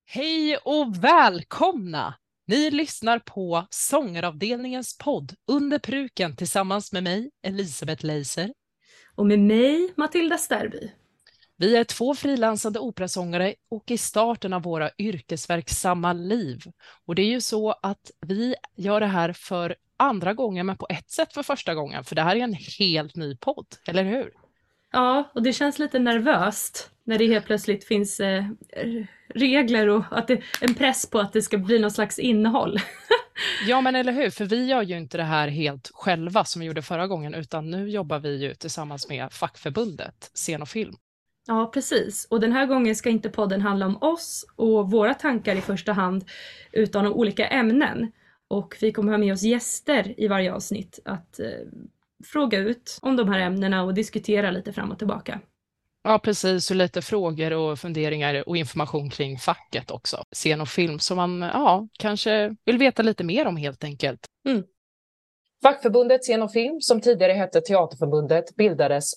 Hej och välkomna! Ni lyssnar på Sångaravdelningens podd Under pruken tillsammans med mig, Elisabeth Leiser. Och med mig, Matilda Stärby. Vi är två frilansande operasångare och i starten av våra yrkesverksamma liv. Och det är ju så att vi gör det här för andra gången, men på ett sätt för första gången, för det här är en helt ny podd, eller hur? Ja, och det känns lite nervöst när det helt plötsligt finns regler och att det är en press på att det ska bli någon slags innehåll. Ja, men eller hur? För vi gör ju inte det här helt själva som vi gjorde förra gången, utan nu jobbar vi ju tillsammans med fackförbundet Scen och Film. Ja, precis. Och den här gången ska inte podden handla om oss och våra tankar i första hand, utan om olika ämnen. Och vi kommer ha med oss gäster i varje avsnitt att fråga ut om de här ämnena och diskutera lite fram och tillbaka. Ja, precis. Och lite frågor och funderingar och information kring facket också. Scen och film som man kanske vill veta lite mer om helt enkelt. Mm. Fackförbundet Scen och Film, som tidigare hette Teaterförbundet, bildades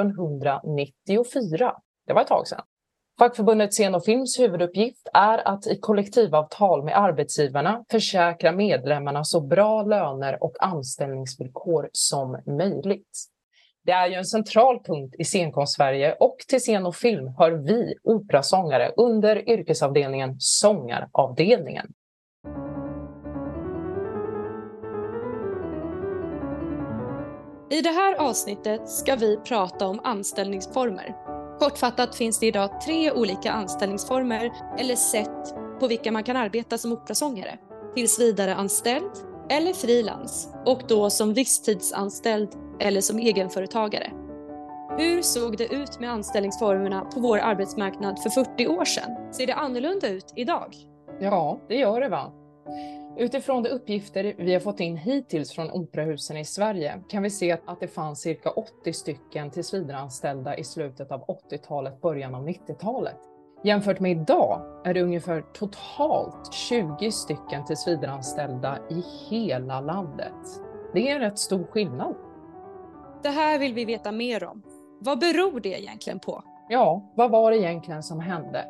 1894. Det var ett tag sedan. Fackförbundet Scen och Films huvuduppgift är att i kollektivavtal med arbetsgivarna försäkra medlemmarna så bra löner och anställningsvillkor som möjligt. Det är ju en central punkt i scenkonst-Sverige, och till Scen och Film hör vi operasångare under yrkesavdelningen Sångaravdelningen. I det här avsnittet ska vi prata om anställningsformer. Kortfattat finns det idag 3 olika anställningsformer eller sätt på vilka man kan arbeta som operasångare. Tillsvidareanställd eller frilans, och då som visstidsanställd eller som egenföretagare. Hur såg det ut med anställningsformerna på vår arbetsmarknad för 40 år sedan? Ser det annorlunda ut idag? Ja, det gör det, va? Utifrån de uppgifter vi har fått in hittills från operahusen i Sverige kan vi se att det fanns cirka 80 stycken tillsvidareanställda i slutet av 80-talet, början av 90-talet. Jämfört med idag är det ungefär totalt 20 stycken tillsvidareanställda i hela landet. Det är en rätt stor skillnad. Det här vill vi veta mer om. Vad beror det egentligen på? Ja, vad var det egentligen som hände?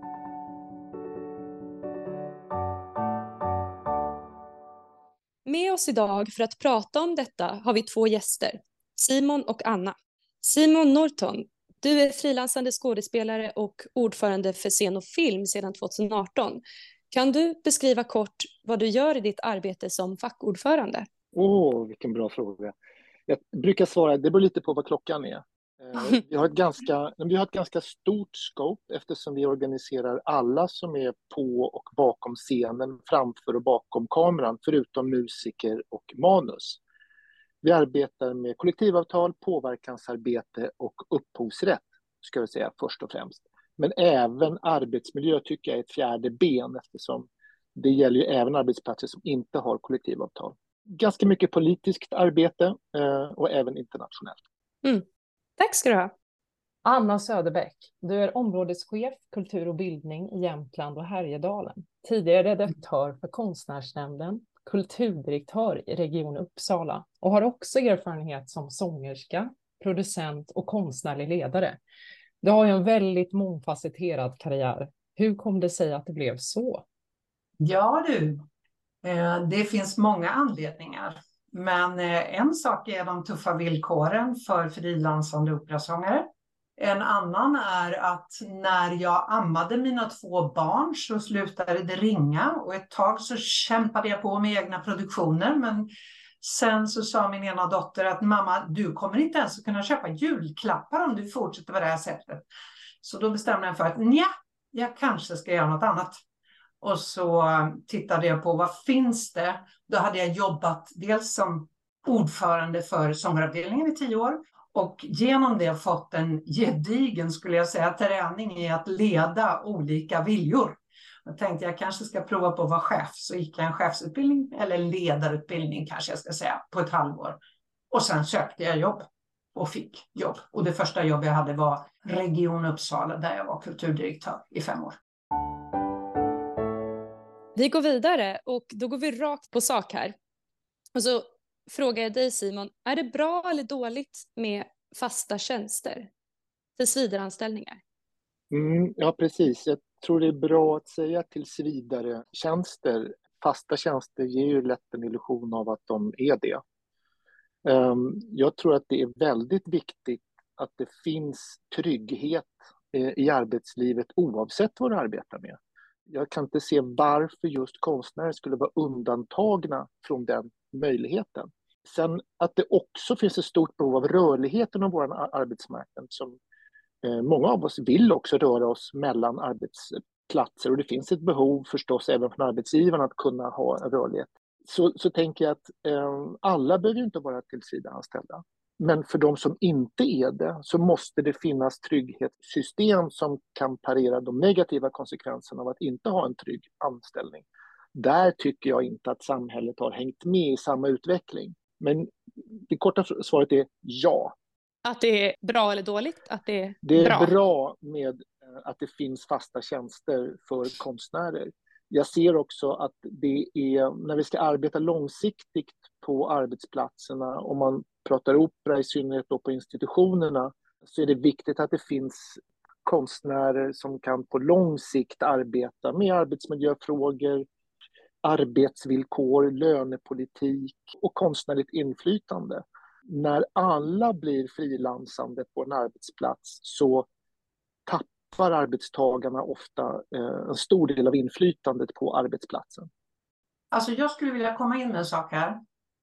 Med oss idag för att prata om detta har vi 2 gäster, Simon och Anna. Simon Norton, du är frilansande skådespelare och ordförande för Scen och Film sedan 2018. Kan du beskriva kort vad du gör i ditt arbete som fackordförande? Vilken bra fråga. Jag brukar svara, det beror lite på vad klockan är. Vi har ett ganska stort scope eftersom vi organiserar alla som är på och bakom scenen, framför och bakom kameran, förutom musiker och manus. Vi arbetar med kollektivavtal, påverkansarbete och upphovsrätt, ska vi säga först och främst. Men även arbetsmiljö tycker jag är ett fjärde ben, eftersom det gäller ju även arbetsplatser som inte har kollektivavtal. Ganska mycket politiskt arbete och även internationellt. Tack ska du ha. Anna Söderbäck, du är områdeschef kultur och bildning i Jämtland och Härjedalen. Tidigare redaktör för Konstnärsnämnden, kulturdirektör i Region Uppsala och har också erfarenhet som sångerska, producent och konstnärlig ledare. Du har ju en väldigt mångfacetterad karriär. Hur kom det sig att det blev så? Ja du, det finns många anledningar. Men en sak är de tuffa villkoren för frilansande operasångare. En annan är att när jag ammade mina 2 barn så slutade det ringa. Och ett tag så kämpade jag på med egna produktioner. Men sen så sa min ena dotter att mamma, du kommer inte ens att kunna köpa julklappar om du fortsätter på det här sättet. Så då bestämde jag för att jag kanske ska göra något annat. Och så tittade jag på vad finns det. Då hade jag jobbat dels som ordförande för sångaravdelningen i 10 år. Och genom det fått en gedigen, skulle jag säga, träning i att leda olika viljor. Jag tänkte jag kanske ska prova på att vara chef. Så gick jag en chefsutbildning, eller ledarutbildning kanske jag ska säga, på ett halvår. Och sen sökte jag jobb och fick jobb. Och det första jobb jag hade var Region Uppsala, där jag var kulturdirektör i 5 år. Vi går vidare och då går vi rakt på sak här. Och så frågar jag dig Simon, är det bra eller dåligt med fasta tjänster? Tillsvidareanställningar? Ja, precis. tror det är bra att säga tills vidare tjänster. Fasta tjänster ger ju lätt en illusion av att de är det. Jag tror att det är väldigt viktigt att det finns trygghet i arbetslivet oavsett vad du arbetar med. Jag kan inte se varför just konstnärer skulle vara undantagna från den möjligheten. Sen att det också finns ett stort behov av rörlighet inom vår arbetsmarknad som många av oss vill också röra oss mellan arbetsplatser och det finns ett behov förstås även från arbetsgivarna att kunna ha en rörlighet. Så tänker jag att alla behöver inte vara tillsvidareanställda. Men för de som inte är det så måste det finnas trygghetssystem som kan parera de negativa konsekvenserna av att inte ha en trygg anställning. Där tycker jag inte att samhället har hängt med i samma utveckling. Men det korta svaret är ja. Att det är bra eller dåligt? Att det är bra med att det finns fasta tjänster för konstnärer. Jag ser också att det är, när vi ska arbeta långsiktigt på arbetsplatserna, om man pratar opera i synnerhet då på institutionerna, så är det viktigt att det finns konstnärer som kan på lång sikt arbeta med arbetsmiljöfrågor, arbetsvillkor, lönepolitik och konstnärligt inflytande. När alla blir frilansande på en arbetsplats så tappar arbetstagarna ofta en stor del av inflytandet på arbetsplatsen. Alltså jag skulle vilja komma in med en sak här.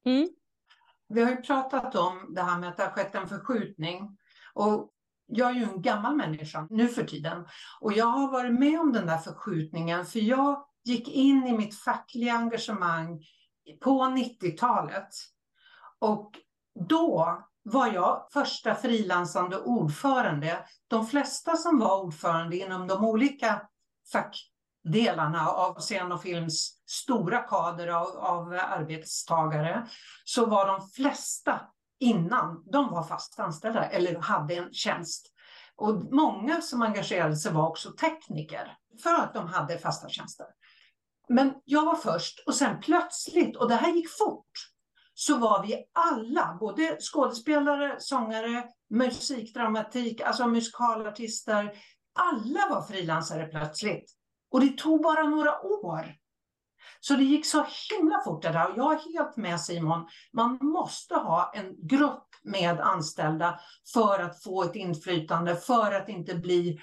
Vi har ju pratat om det här med att det har skett en förskjutning. Och jag är ju en gammal människa nu för tiden. Och jag har varit med om den där förskjutningen. För jag gick in i mitt fackliga engagemang på 90-talet. Och då var jag första frilansande ordförande. De flesta som var ordförande inom de olika fackdelarna av scen och films stora kader av arbetstagare, så var de flesta innan de var fast anställda eller hade en tjänst. Och många som engagerade sig var också tekniker för att de hade fasta tjänster. Men jag var först och sen plötsligt, och det här gick fort, så var vi alla, både skådespelare, sångare, musikdramatik, alltså musikalartister, alla var frilansare plötsligt. Och det tog bara några år. Så det gick så himla fort det där. Och jag är helt med Simon. Man måste ha en grupp med anställda för att få ett inflytande, för att inte bli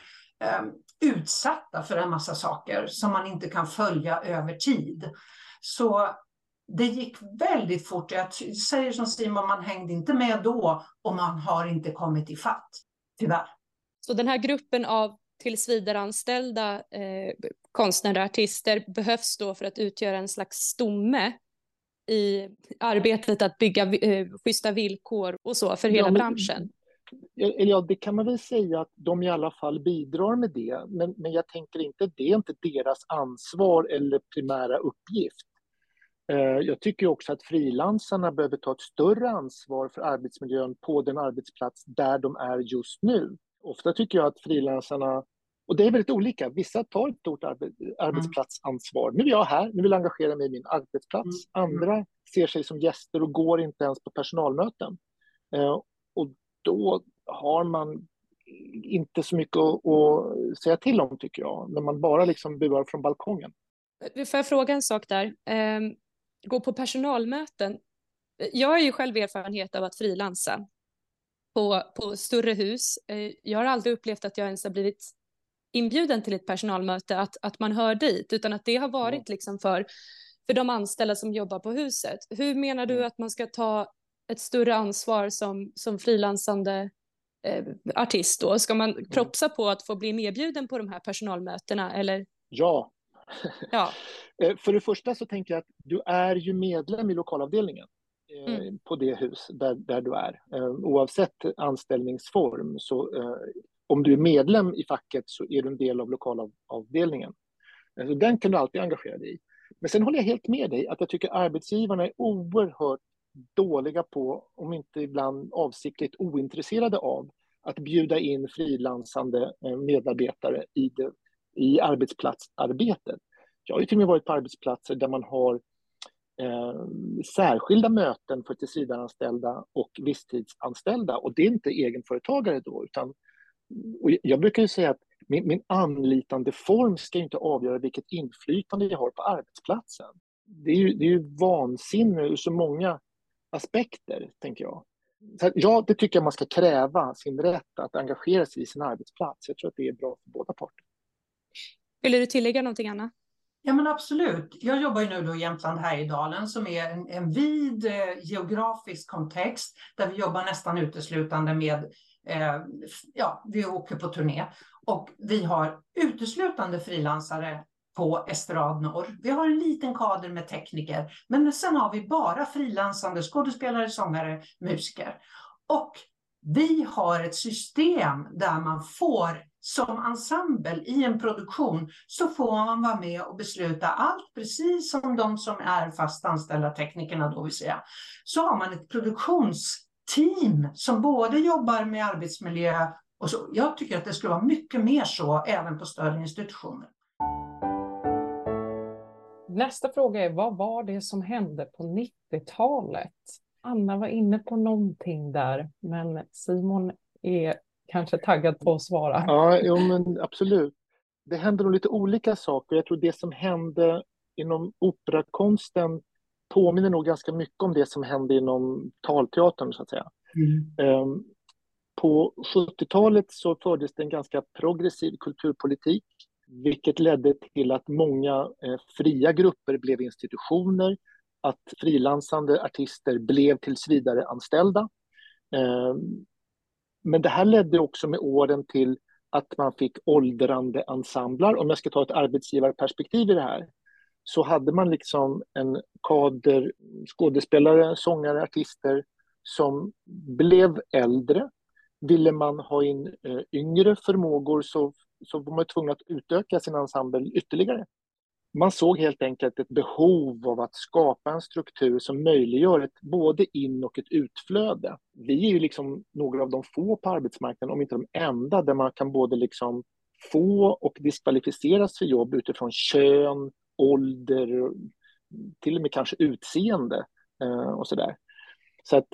utsatta för en massa saker som man inte kan följa över tid. Så det gick väldigt fort. Jag säger som Simon, man hängde inte med då och man har inte kommit i fatt, tyvärr. Så den här gruppen av tillsvidareanställda konstnärer och artister behövs då för att utgöra en slags stomme i arbetet att bygga schyssta villkor och så för hela branschen? Ja, det kan man väl säga att de i alla fall bidrar med det. Men jag tänker inte, det är inte deras ansvar eller primära uppgift. Jag tycker också att frilansarna behöver ta ett större ansvar för arbetsmiljön på den arbetsplats där de är just nu. Ofta tycker jag att frilansarna, och det är väldigt olika, vissa tar ett stort arbetsplatsansvar. Nu är jag här, nu vill jag engagera mig i min arbetsplats. Andra ser sig som gäster och går inte ens på personalmöten. Och då har man inte så mycket att säga till om, tycker jag, när man bara liksom buar från balkongen. Får jag fråga en sak där? Gå på personalmöten. Jag har ju själv erfarenhet av att frilansa på större hus. Jag har aldrig upplevt att jag ens har blivit inbjuden till ett personalmöte, att man hör dit, utan att det har varit liksom för de anställda som jobbar på huset. Hur menar du att man ska ta ett större ansvar som frilansande artist då? Ska man propsa på att få bli medbjuden på de här personalmötena? Eller? Ja. Ja. För det första så tänker jag att du är ju medlem i lokalavdelningen på det hus där du är. Oavsett anställningsform, så om du är medlem i facket så är du en del av lokalavdelningen. Så den kan du alltid engagera dig i. Men sen håller jag helt med dig att jag tycker arbetsgivarna är oerhört dåliga på, om inte ibland avsiktligt ointresserade av, att bjuda in frilansande medarbetare i arbetsplatsarbetet. Jag har ju till och med varit på arbetsplatser där man har särskilda möten för tillsvidareanställda och visstidsanställda, och det är inte egenföretagare då, utan, och jag brukar ju säga att min anlitande form ska inte avgöra vilket inflytande jag har på arbetsplatsen. Det är ju vansinne ur så många aspekter, tänker jag. Så ja, det tycker jag man ska kräva sin rätt att engagera sig i sin arbetsplats. Jag tror att det är bra för båda parter. Vill du tillägga någonting, Anna? Ja, men absolut. Jag jobbar ju nu då i Jämtland Härjedalen som är en vid geografisk kontext där vi jobbar nästan uteslutande med, vi åker på turné och vi har uteslutande frilansare på Estrad Norr. Vi har en liten kader med tekniker, men sen har vi bara frilansande skådespelare, sångare, musiker. Och vi har ett system där man får som ensemble i en produktion så får man vara med och besluta allt precis som de som är fast anställda teknikerna då vill säga. Så har man ett produktionsteam som både jobbar med arbetsmiljö och så. Jag tycker att det skulle vara mycket mer så även på större institutioner. Nästa fråga är, vad var det som hände på 90-talet? Anna var inne på någonting där, men Simon är kanske taggad på att svara. Ja, jo, men absolut. Det hände nog lite olika saker. Jag tror det som hände inom operakonsten påminner nog ganska mycket om det som hände inom talteatern, så att säga. På 70-talet så fördes det en ganska progressiv kulturpolitik, vilket ledde till att många fria grupper blev institutioner, att frilansande artister blev tills vidare anställda. Men det här ledde också med åren till att man fick åldrande ensembler. Om jag ska ta ett arbetsgivarperspektiv i det här, så hade man liksom en kader skådespelare, sångare, artister som blev äldre. Ville man ha in yngre förmågor så var man tvungen att utöka sin ensemble ytterligare. Man såg helt enkelt ett behov av att skapa en struktur som möjliggör ett både in- och ett utflöde. Vi är ju liksom några av de få på arbetsmarknaden, om inte de enda, där man kan både liksom få och diskvalificeras för jobb utifrån kön, ålder, till och med kanske utseende och sådär. Så att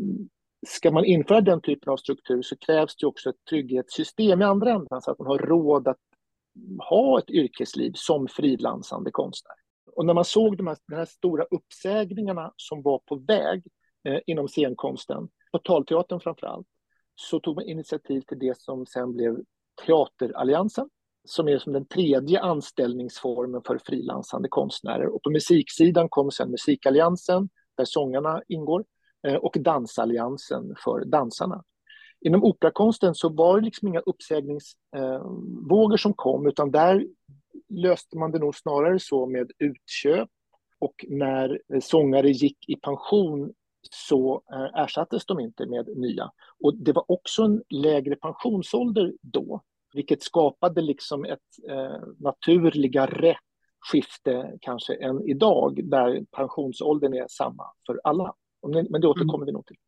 ska man införa den typen av struktur så krävs det också ett trygghetssystem i andra änden så att man har råd att ha ett yrkesliv som frilansande konstnär. Och när man såg de här stora uppsägningarna som var på väg inom scenkonsten, på talteatern framförallt, så tog man initiativ till det som sen blev Teateralliansen, som är som den tredje anställningsformen för frilansande konstnärer. Och på musiksidan kom sen Musikalliansen, där sångarna ingår, och Dansalliansen för dansarna. Inom operakonsten så var det liksom inga uppsägningsvågor som kom, utan där löste man det nog snarare så med utköp. Och när sångare gick i pension så ersattes de inte med nya. Och det var också en lägre pensionsålder då, vilket skapade liksom ett naturligare skifte kanske än idag, där pensionsåldern är samma för alla. Men det återkommer vi nog till.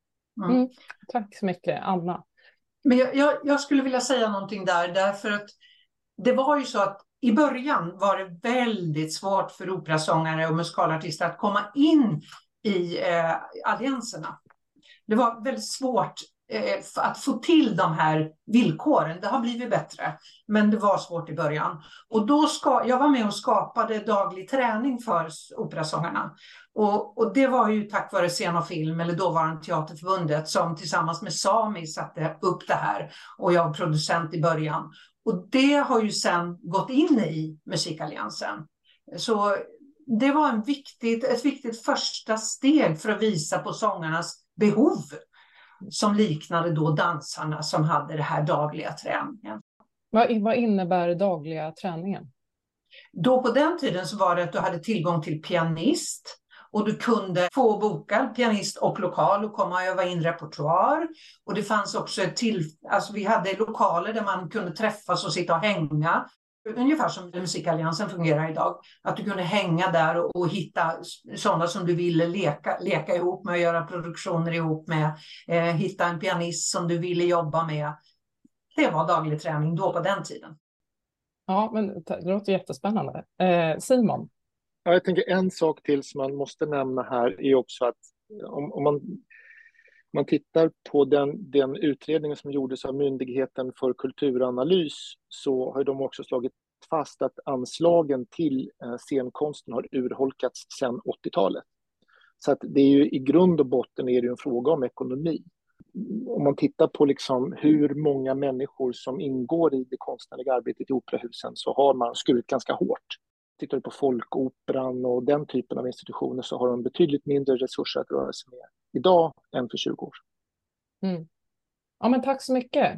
Tack så mycket, Anna. Men jag skulle vilja säga någonting där, därför att det var ju så att i början var det väldigt svårt för operasångare och musikalartister att komma in i allianserna. Det var väldigt svårt att få till de här villkoren. Det har blivit bättre, men det var svårt i början. Och då jag var med och skapade daglig träning för operasångarna. Och det var ju tack vare Scen och Film, eller dåvarande Teaterförbundet, som tillsammans med Sami satte upp det här. Och jag var producent i början. Och det har ju sen gått in i Musikalliansen. Så det var ett viktigt första steg för att visa på sångarnas behov, som liknade då dansarna som hade det här dagliga träningen. Vad innebär dagliga träningen? Då på den tiden så var det att du hade tillgång till pianist och du kunde få boka pianist och lokal och komma och öva in repertoar. Och det fanns också vi hade lokaler där man kunde träffas och sitta och hänga. Ungefär som Musikalliansen fungerar idag. Att du kunde hänga där och hitta sådana som du ville leka ihop med och göra produktioner ihop med. Hitta en pianist som du ville jobba med. Det var daglig träning då på den tiden. Ja, men det låter jättespännande. Simon? Ja, jag tänker en sak till som man måste nämna här är också att om man tittar på den utredningen som gjordes av Myndigheten för kulturanalys, så har de också slagit fast att anslagen till scenkonsten har urholkats sedan 80-talet. Så att det är ju i grund och botten är det en fråga om ekonomi. Om man tittar på liksom hur många människor som ingår i det konstnärliga arbetet i operahusen, så har man skurit ganska hårt. Tittar du på Folkoperan och den typen av institutioner, så har de betydligt mindre resurser att röra sig med idag än för 20 år. Ja, men tack så mycket.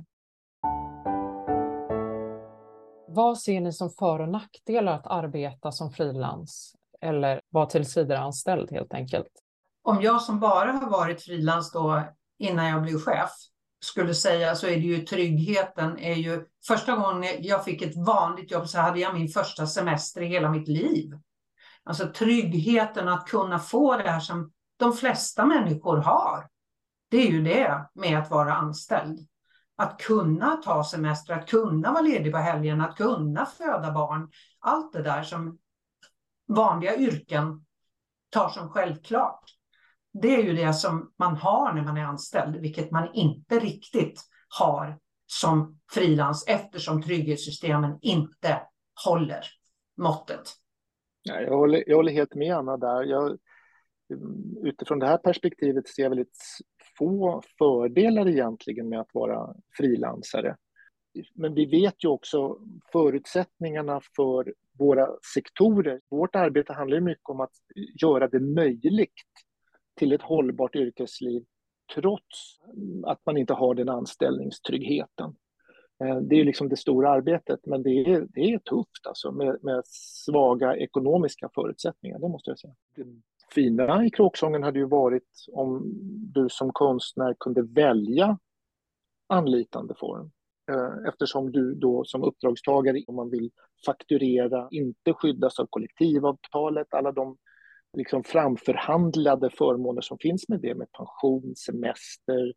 Vad ser ni som för- och nackdelar att arbeta som frilans eller vara tillsvidareanställd helt enkelt? Om jag som bara har varit frilans då innan jag blev chef skulle säga, så är det ju tryggheten. Är ju, första gången jag fick ett vanligt jobb så hade jag min första semester i hela mitt liv. Alltså tryggheten att kunna få det här som de flesta människor har. Det är ju det med att vara anställd. Att kunna ta semester, att kunna vara ledig på helgen, att kunna föda barn. Allt det där som vanliga yrken tar som självklart. Det är ju det som man har när man är anställd, vilket man inte riktigt har som frilans eftersom trygghetssystemen inte håller måttet. Ja, jag håller helt med Anna där. Utifrån det här perspektivet ser jag väldigt få fördelar egentligen med att vara frilansare. Men vi vet ju också förutsättningarna för våra sektorer. Vårt arbete handlar ju mycket om att göra det möjligt till ett hållbart yrkesliv trots att man inte har den anställningstryggheten. Det är liksom det stora arbetet, men det är tufft alltså, med svaga ekonomiska förutsättningar, det måste jag säga. Det fina i kråksången hade ju varit om du som konstnär kunde välja anlitande form. Eftersom du då som uppdragstagare, om man vill fakturera, inte skyddas av kollektivavtalet, alla de liksom framförhandlade förmåner som finns med det, med pension, semester,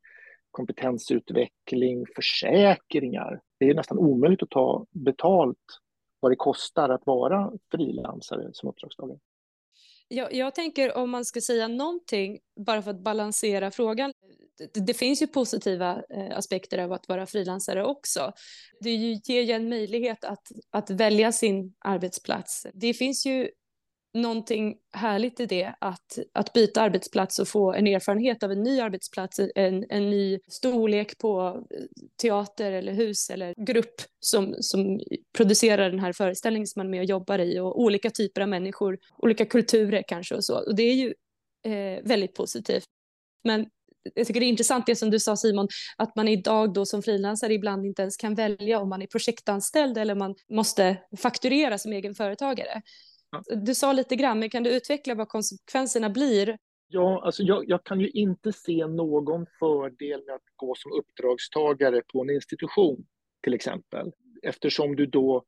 kompetensutveckling, försäkringar. Det är nästan omöjligt att ta betalt vad det kostar att vara frilansare som uppdragstagare. Jag tänker om man ska säga någonting, bara för att balansera frågan. Det finns ju positiva aspekter av att vara frilansare också. Det ger ju en möjlighet att välja sin arbetsplats. Det finns ju någonting härligt i det, att byta arbetsplats och få en erfarenhet av en ny arbetsplats, en ny storlek på teater eller hus eller grupp som producerar den här föreställningen som man är med och jobbar i, och olika typer av människor, olika kulturer kanske och så. Och det är ju väldigt positivt. Men jag tycker det är intressant det som du sa, Simon, att man idag då som frilansare ibland inte ens kan välja om man är projektanställd eller man måste fakturera som egen företagare. Du sa lite grann, men kan du utveckla vad konsekvenserna blir? Ja, alltså jag kan ju inte se någon fördel med att gå som uppdragstagare på en institution till exempel. Eftersom du då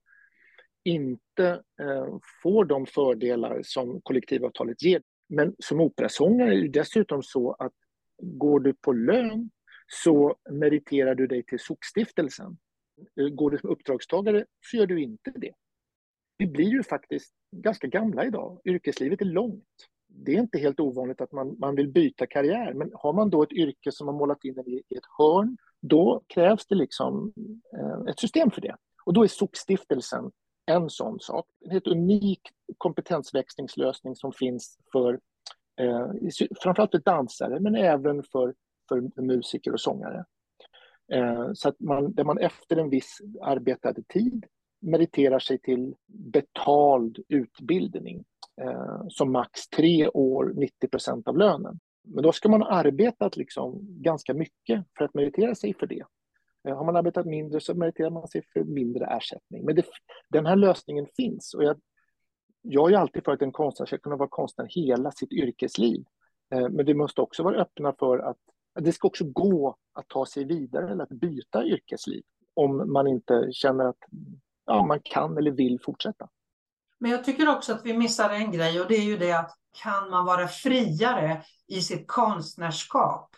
inte får de fördelar som kollektivavtalet ger. Men som operasångare är det dessutom så att går du på lön så meriterar du dig till sokstiftelsen. Går du som uppdragstagare så gör du inte det. Vi blir ju faktiskt ganska gamla idag. Yrkeslivet är långt. Det är inte helt ovanligt att man vill byta karriär. Men har man då ett yrke som man målat in i ett hörn, då krävs det liksom ett system för det. Och då är sokstiftelsen en sån sak. En helt unik kompetensväxlingslösning som finns för framförallt för dansare, men även för musiker och sångare. Så att man efter en viss arbetad tid meriterar sig till betald utbildning som max 3 år, 90% av lönen. Men då ska man ha arbetat liksom ganska mycket för att meritera sig för det. Har man arbetat mindre så meriterar man sig för mindre ersättning. Men den här lösningen finns. Och jag har ju alltid för att en konstnär ska kunna vara konstnär hela sitt yrkesliv. Men vi måste också vara öppna för att det ska också gå att ta sig vidare eller att byta yrkesliv om man inte känner att man kan eller vill fortsätta. Men jag tycker också att vi missar en grej, och det är ju det att kan man vara friare i sitt konstnärskap?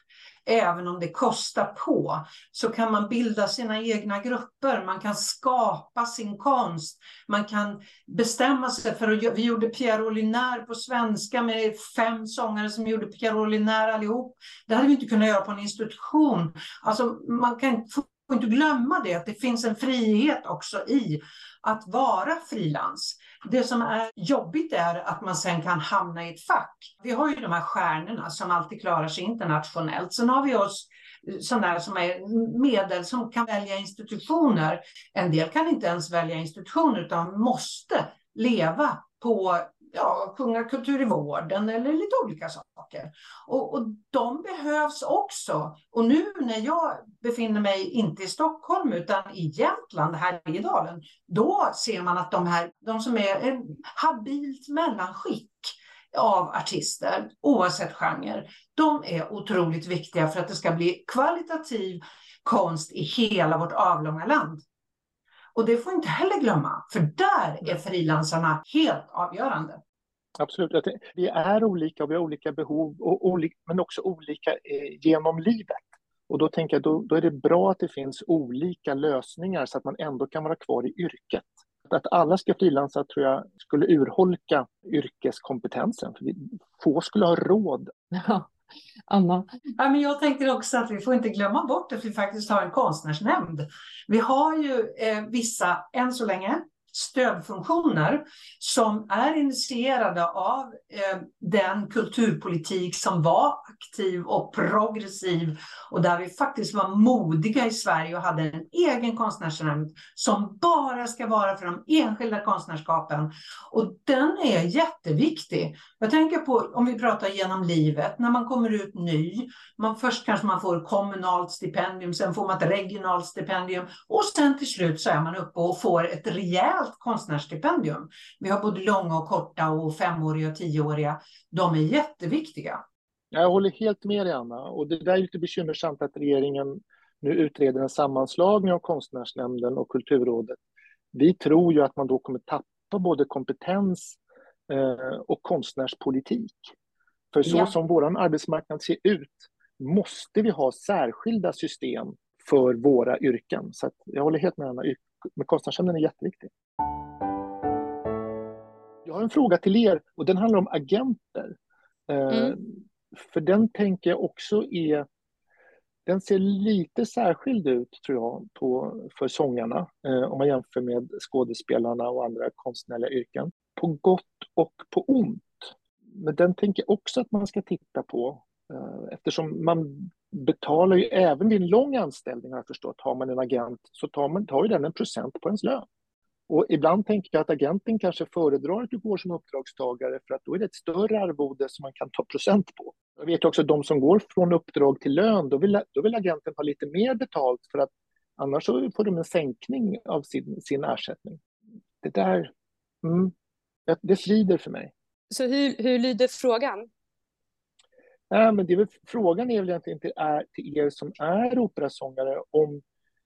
även om det kostar på, så kan man bilda sina egna grupper, man kan skapa sin konst, man kan bestämma sig för att, vi gjorde Pierre Olinaire på svenska med 5 sångare som gjorde Pierre Olinaire allihop. Det hade vi inte kunnat göra på en institution. Alltså man får inte glömma det, att det finns en frihet också i att vara frilans. Det som är jobbigt är att man sen kan hamna i ett fack. Vi har ju de här stjärnorna som alltid klarar sig internationellt. Sen har vi oss sådana som är medel som kan välja institutioner. En del kan inte ens välja institutioner utan måste leva på sjunga kultur i vården eller lite olika saker. Och de behövs också. Och nu när jag befinner mig inte i Stockholm utan i Jämtland, Härjedalen, då ser man att de som är en habilt mellanskick av artister, oavsett genre, de är otroligt viktiga för att det ska bli kvalitativ konst i hela vårt avlånga land. Och det får inte heller glömma, för där är frilansarna helt avgörande. Absolut. Vi är olika och vi har olika behov, men också olika genom livet. Och då tänker jag, då är det bra att det finns olika lösningar så att man ändå kan vara kvar i yrket. Att alla ska frilansa tror jag skulle urholka yrkeskompetensen. För få skulle ha råd. Ja, Anna? Ja, men jag tänker också att vi får inte glömma bort att vi faktiskt har en konstnärsnämnd. Vi har ju vissa, än så länge, stödfunktioner som är initierade av den kulturpolitik som var aktiv och progressiv och där vi faktiskt var modiga i Sverige och hade en egen konstnärsnämnd som bara ska vara för de enskilda konstnärskapen, och den är jätteviktig. Jag tänker på, om vi pratar genom livet, när man kommer ut ny, först kanske man får kommunalt stipendium, sen får man ett regionalt stipendium och sen till slut så är man uppe och får ett rejält konstnärsstipendium. Vi har både långa och korta och 5-åriga och 10-åriga. De är jätteviktiga. Jag håller helt med dig, Anna. Och det där är lite bekymmersamt att regeringen nu utreder en sammanslagning av konstnärsnämnden och kulturrådet. Vi tror ju att man då kommer tappa både kompetens och konstnärspolitik. För så som vår arbetsmarknad ser ut måste vi ha särskilda system för våra yrken. Så att jag håller helt med Anna. Men konstnärsnämnden är jätteviktig. Jag har en fråga till er och den handlar om agenter. För den tänker jag också den ser lite särskild ut tror jag för sångarna om man jämför med skådespelarna och andra konstnärliga yrken. På gott och på ont. Men den tänker jag också att man ska titta på eftersom man betalar ju även vid en lång anställning, har jag förstått. Har man en agent så tar ju den 1% på ens lön. Och ibland tänker jag att agenten kanske föredrar att du går som uppdragstagare för att då är det ett större arvode som man kan ta procent på. Jag vet också att de som går från uppdrag till lön, då vill agenten ha lite mer betalt för att annars så får de en sänkning av sin ersättning. Det där, det svider för mig. Så hur lyder frågan? Ja, men frågan är väl egentligen till er som är operasångare om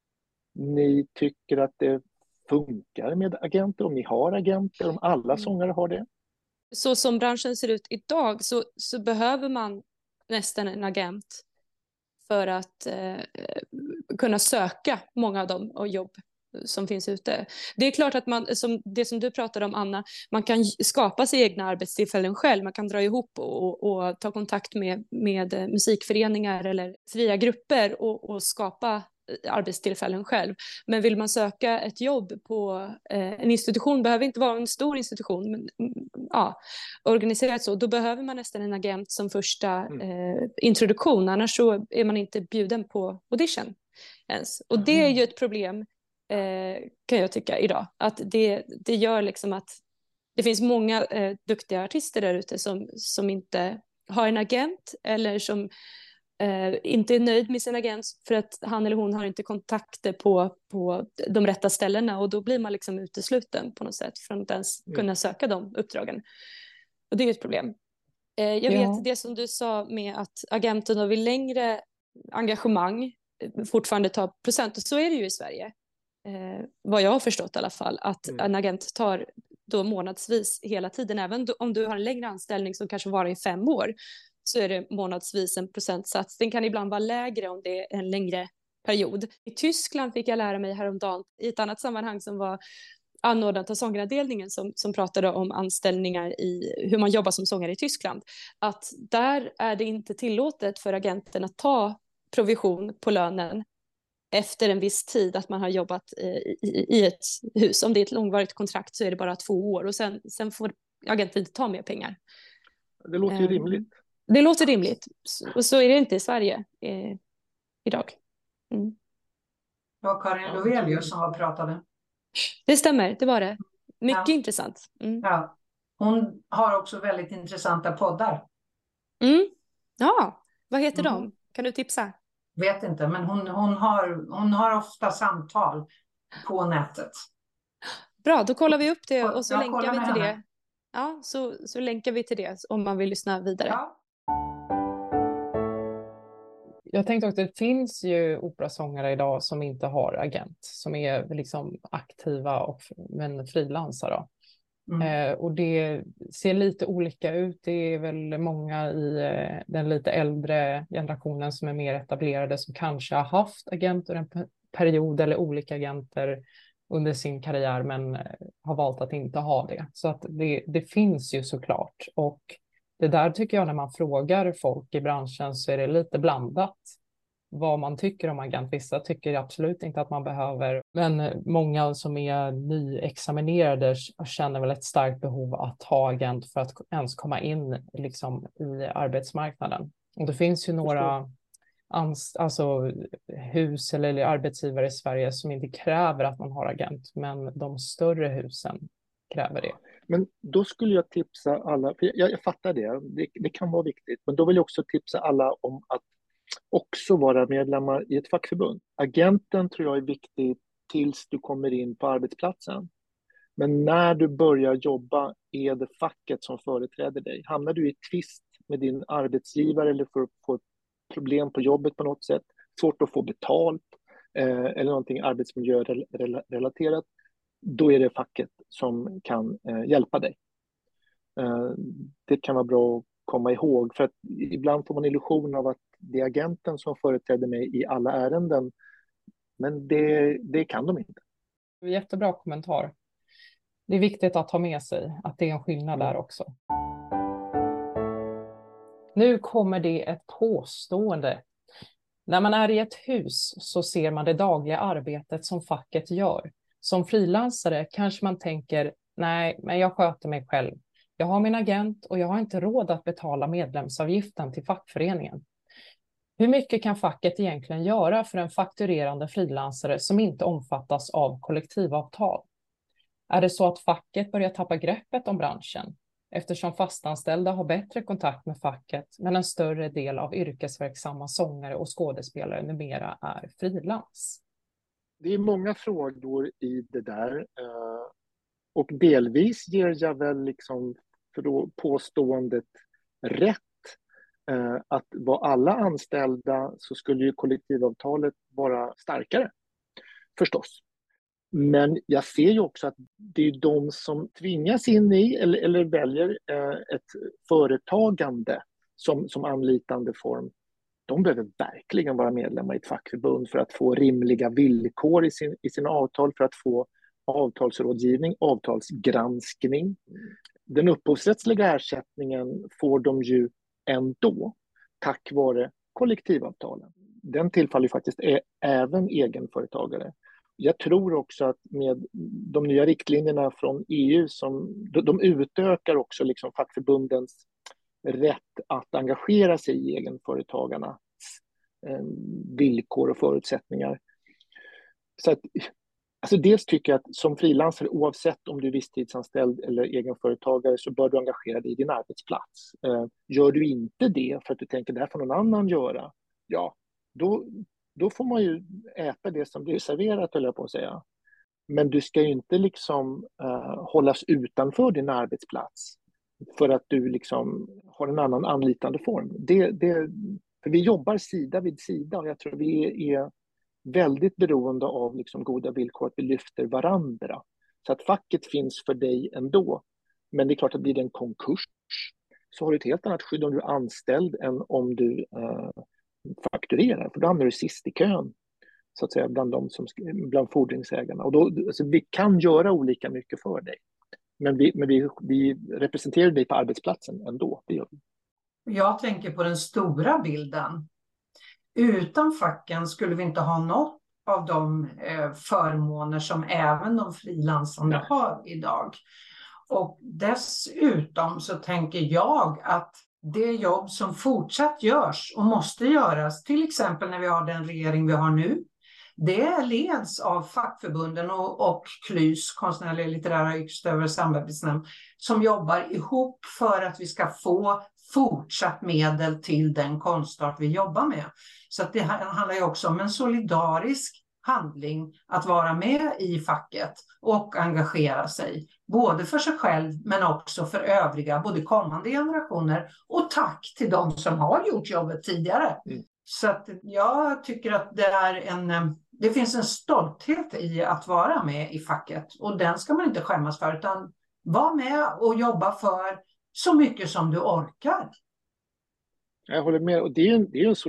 ni tycker att det funkar med agenter, om ni har agenter, om alla sångare har det. Så som branschen ser ut idag så behöver man nästan en agent för att kunna söka många av de jobb som finns ute. Det är klart att det som du pratade om, Anna, man kan skapa sig egna arbetstillfällen själv. Man kan dra ihop och ta kontakt med musikföreningar eller fria grupper och skapa arbetstillfällen själv. Men vill man söka ett jobb på en institution, behöver inte vara en stor institution, men organiserat så, då behöver man nästan en agent som första introduktion, annars så är man inte bjuden på audition ens. Och det är ju ett problem kan jag tycka idag, att det gör liksom att det finns många duktiga artister där ute som inte har en agent eller som inte är nöjd med sin agent för att han eller hon har inte kontakter på de rätta ställena, och då blir man liksom utesluten på något sätt från att ens kunna söka de uppdragen. Och det är ett problem. Jag vet det som du sa med att agenten då vid längre engagemang fortfarande tar procent, och så är det ju i Sverige. Vad jag har förstått i alla fall, att en agent tar då månadsvis hela tiden, även om du har en längre anställning som kanske varar i 5 år, så är det månadsvis en procentsats. Den kan ibland vara lägre om det är en längre period. I Tyskland fick jag lära mig häromdagen i ett annat sammanhang som var anordnat av sångaravdelningen som pratade om anställningar i hur man jobbar som sångare i Tyskland. Att där är det inte tillåtet för agenten att ta provision på lönen efter en viss tid att man har jobbat i ett hus. Om det är ett långvarigt kontrakt så är det bara 2 år och sen får agenten inte ta mer pengar. Det låter ju rimligt. Det låter rimligt. Och så är det inte i Sverige idag. Mm. Det var Karin Lovelius som pratade. Det stämmer, det var det. Mycket intressant. Mm. Ja. Hon har också väldigt intressanta poddar. Mm. Ja, vad heter de? Kan du tipsa? Vet inte, men hon har ofta samtal på nätet. Bra, då kollar vi upp det och så länkar vi till henne. det. Ja, så länkar vi till det om man vill lyssna vidare. Ja. Jag tänkte också att det finns ju operasångare idag som inte har agent, som är liksom aktiva men frilansar då. Och det ser lite olika ut. Det är väl många i den lite äldre generationen som är mer etablerade som kanske har haft agenter en period eller olika agenter under sin karriär men har valt att inte ha det. Så att det finns ju såklart. Och det där tycker jag när man frågar folk i branschen så är det lite blandat vad man tycker om agent. Vissa tycker absolut inte att man behöver, men många som är nyexaminerade känner väl ett starkt behov att ha agent för att ens komma in liksom i arbetsmarknaden. Och det finns ju några alltså hus eller arbetsgivare i Sverige som inte kräver att man har agent, men de större husen kräver det. Men då skulle jag tipsa alla, för jag fattar det kan vara viktigt, men då vill jag också tipsa alla om att också vara medlemmar i ett fackförbund. Agenten tror jag är viktig tills du kommer in på arbetsplatsen. Men när du börjar jobba är det facket som företräder dig. Hamnar du i tvist med din arbetsgivare eller får problem på jobbet på något sätt, svårt att få betalt eller någonting arbetsmiljörelaterat, då är det facket som kan hjälpa dig. Det kan vara bra att komma ihåg, för att ibland får man illusion av att det är agenten som företräder mig i alla ärenden, men det kan de inte. Jättebra kommentar. Det är viktigt att ha med sig att det är en skillnad där också. Nu kommer det ett påstående. När man är i ett hus så ser man det dagliga arbetet som facket gör. Som frilansare kanske man tänker, nej, men jag sköter mig själv. Jag har min agent och jag har inte råd att betala medlemsavgiften till fackföreningen. Hur mycket kan facket egentligen göra för en fakturerande frilansare som inte omfattas av kollektivavtal? Är det så att facket börjar tappa greppet om branschen? Eftersom fastanställda har bättre kontakt med facket, men en större del av yrkesverksamma sångare och skådespelare numera är frilans. Det är många frågor i det där. Och delvis ger jag väl liksom påståendet rätt. Att vara alla anställda så skulle ju kollektivavtalet vara starkare, förstås. Men jag ser ju också att det är de som tvingas in i eller väljer ett företagande som anlitande form. De behöver verkligen vara medlemmar i ett fackförbund för att få rimliga villkor i sina avtal, för att få avtalsrådgivning, avtalsgranskning. Den upphovsrättsliga ersättningen får de ju ändå tack vare kollektivavtalen. Den tillfaller faktiskt även egenföretagare. Jag tror också att med de nya riktlinjerna från EU de utökar också liksom fackförbundens rätt att engagera sig i egenföretagarnas villkor och förutsättningar. Så att, alltså dels tycker jag att som frilansare, oavsett om du är visstidsanställd eller egenföretagare, så bör du engagera dig i din arbetsplats. Gör du inte det för att du tänker det här får någon annan göra, ja, då får man ju äta det som blir serverat, höll jag på att säga. Men du ska ju inte liksom hållas utanför din arbetsplats för att du liksom har en annan anlitande form. För vi jobbar sida vid sida och jag tror vi är väldigt beroende av liksom goda villkor, att vi lyfter varandra. Så att facket finns för dig ändå. Men det är klart att blir det en konkurs så har du ett helt annat skydd om du är anställd än om du fakturerar. För då hamnar du sist i kön, så att säga, bland fordringsägarna. Och då, alltså, vi kan göra olika mycket för dig. Men vi representerar dig på arbetsplatsen ändå. Det gör vi. Jag tänker på den stora bilden. Utan facken skulle vi inte ha något av de förmåner som även de frilansande har idag. Och dessutom så tänker jag att det jobb som fortsatt görs och måste göras, till exempel när vi har den regering vi har nu, det leds av fackförbunden och KLYS, konstnärliga litterära yrkesutövare samarbetsnämnd, som jobbar ihop för att vi ska få fortsatt medel till den konstart vi jobbar med. Så att det handlar ju också om en solidarisk handling att vara med i facket och engagera sig. Både för sig själv men också för övriga, både kommande generationer, och tack till de som har gjort jobbet tidigare. Så att jag tycker att det finns en stolthet i att vara med i facket, och den ska man inte skämmas för, utan vara med och jobba för så mycket som du orkar. Jag håller med, och det är en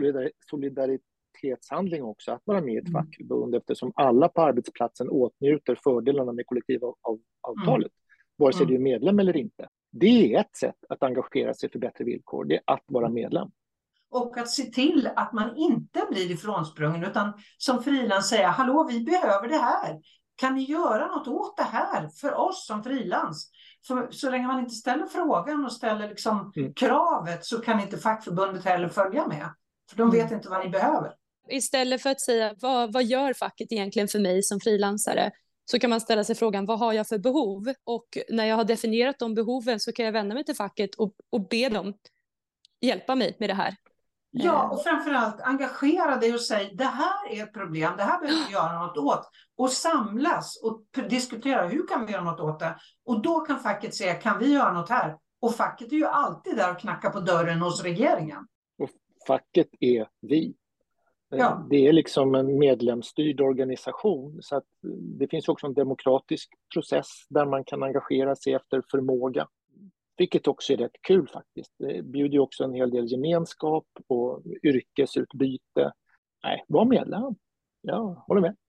solidaritetshandling också att vara med i ett fackförbund, eftersom alla på arbetsplatsen åtnjuter fördelarna med kollektivavtalet, vare sig du är medlem eller inte. Det är ett sätt att engagera sig för bättre villkor, det är att vara medlem. Och att se till att man inte blir ifrånsprungen, utan som frilans säga, hallå, vi behöver det här. Kan ni göra något åt det här för oss som frilans? För så länge man inte ställer frågan och ställer liksom kravet, så kan inte fackförbundet heller följa med. För de vet inte vad ni behöver. Istället för att säga, vad gör facket egentligen för mig som frilansare? Så kan man ställa sig frågan, vad har jag för behov? Och när jag har definierat de behoven så kan jag vända mig till facket och be dem hjälpa mig med det här. Ja, och framförallt engagera dig och säg, det här är ett problem, det här behöver vi göra något åt. Och samlas och diskutera, hur kan vi göra något åt det? Och då kan facket säga, kan vi göra något här? Och facket är ju alltid där och knackar på dörren hos regeringen. Och facket är vi. Ja. Det är liksom en medlemsstyrd organisation, så att det finns också en demokratisk process där man kan engagera sig efter förmåga. Vilket också är rätt kul faktiskt. Det bjuder ju också en hel del gemenskap och yrkesutbyte. Nej, var medlem. Ja, håller med.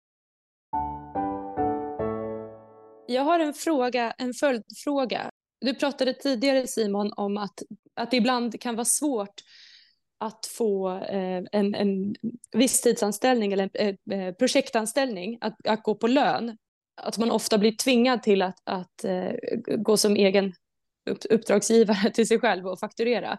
Jag har en följdfråga. Du pratade tidigare, Simon, om att det ibland kan vara svårt att få en visstidsanställning eller en projektanställning att gå på lön. Att man ofta blir tvingad till att gå som egen uppdragsgivare till sig själv och fakturera.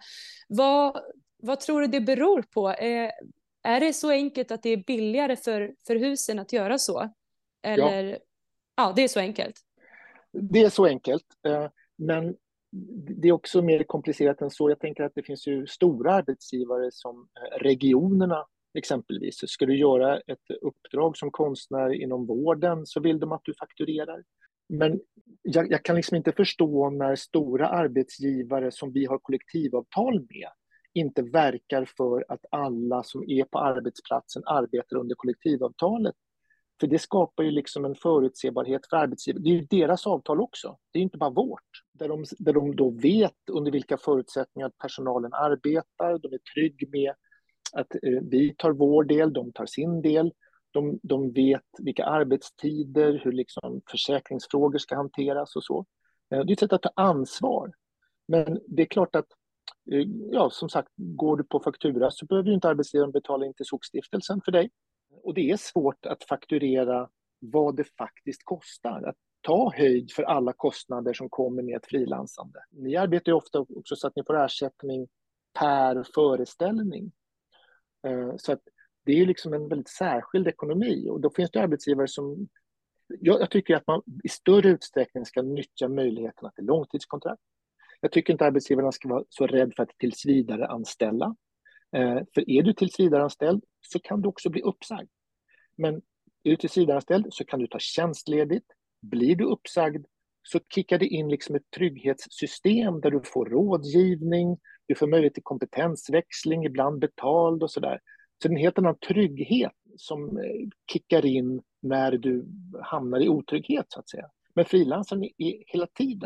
Vad tror du det beror på? Är det så enkelt att det är billigare för husen att göra så? Eller, ja, det är så enkelt. Det är så enkelt, men det är också mer komplicerat än så. Jag tänker att det finns ju stora arbetsgivare som regionerna exempelvis. Ska du göra ett uppdrag som konstnär inom vården så vill de att du fakturerar. Men jag kan liksom inte förstå när stora arbetsgivare som vi har kollektivavtal med inte verkar för att alla som är på arbetsplatsen arbetar under kollektivavtalet. För det skapar ju liksom en förutsebarhet för arbetsgivare. Det är ju deras avtal också. Det är inte bara vårt. Där de då vet under vilka förutsättningar personalen arbetar. De är trygg med att vi tar vår del, de tar sin del. De vet vilka arbetstider, hur liksom försäkringsfrågor ska hanteras och så. Det är ett sätt att ta ansvar. Men det är klart att, ja, som sagt, går du på faktura så behöver ju inte arbetsgivaren betala in till Socstiftelsen för dig. Och det är svårt att fakturera vad det faktiskt kostar. Att ta höjd för alla kostnader som kommer med ett frilansande. Ni arbetar ju ofta också så att ni får ersättning per föreställning. Så att det är liksom en väldigt särskild ekonomi. Och då finns det arbetsgivare som... Jag tycker att man i större utsträckning ska nyttja möjligheterna till långtidskontrakt. Jag tycker inte arbetsgivarna ska vara så rädd för att tills vidare anställa. För är du tillsvidareanställd så kan du också bli uppsagd. Men är du tillsvidareanställd så kan du ta tjänstledigt. Blir du uppsagd så kickar det in liksom ett trygghetssystem där du får rådgivning, du får möjlighet till kompetensväxling, ibland betald och sådär. Så det är en helt annan trygghet som kickar in när du hamnar i otrygghet så att säga. Men frilansaren är hela tiden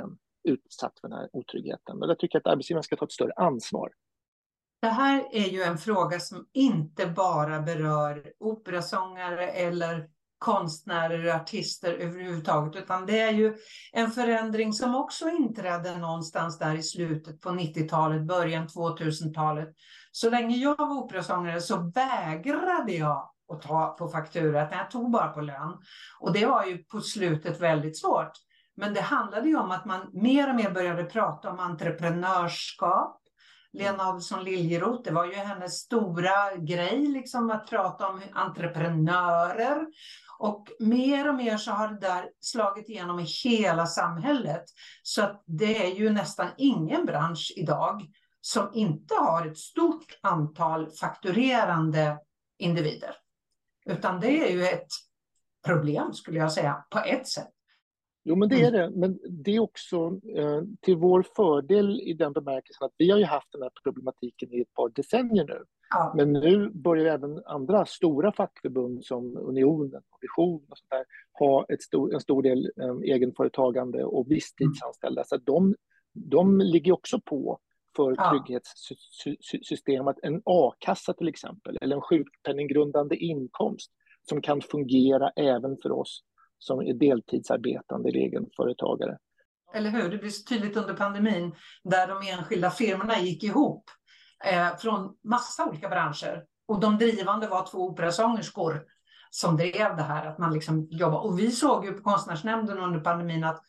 utsatt för den här otryggheten. Och jag tycker att arbetsgivaren ska ta ett större ansvar. Det här är ju en fråga som inte bara berör operasångare eller konstnärer och artister överhuvudtaget, utan det är ju en förändring som också inträdde någonstans där i slutet på 90-talet, början 2000-talet. Så länge jag var operasångare så vägrade jag att ta på faktura, jag tog bara på lön. Och det var ju på slutet väldigt svårt. Men det handlade ju om att man mer och mer började prata om entreprenörskap. Lena Adelsohn Liljeroth, det var ju hennes stora grej liksom, att prata om entreprenörer. Och mer så har det där slagit igenom i hela samhället. Så att det är ju nästan ingen bransch idag som inte har ett stort antal fakturerande individer. Utan det är ju ett problem, skulle jag säga, på ett sätt. Jo, men det är det. Men det är också till vår fördel i den bemärkelsen att vi har ju haft den här problematiken i ett par decennier nu. Ja. Men nu börjar även andra stora fackförbund som Unionen och Vision och sånt där ha en stor del egenföretagande och visstidsanställda. Så att de ligger också på för trygghetssystem. Att en a-kassa till exempel, eller en sjukpenninggrundande inkomst som kan fungera även för oss som är deltidsarbetande eller egenföretagare. Eller hur? Det blir så tydligt under pandemin där de enskilda firmorna gick ihop från massa olika branscher. Och de drivande var 2 operasångerskor som drev det här, att man liksom jobbar. Och vi såg ju på Konstnärsnämnden under pandemin att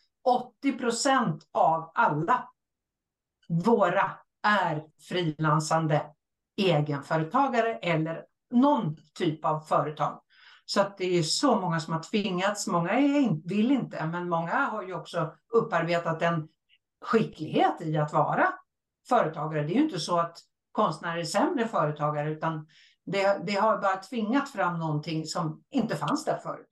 80% av alla våra är frilansande egenföretagare eller någon typ av företag. Så att det är så många som har tvingats, många vill inte, men många har ju också upparbetat en skicklighet i att vara företagare. Det är ju inte så att konstnärer är sämre företagare, utan det har bara tvingat fram någonting som inte fanns där förut.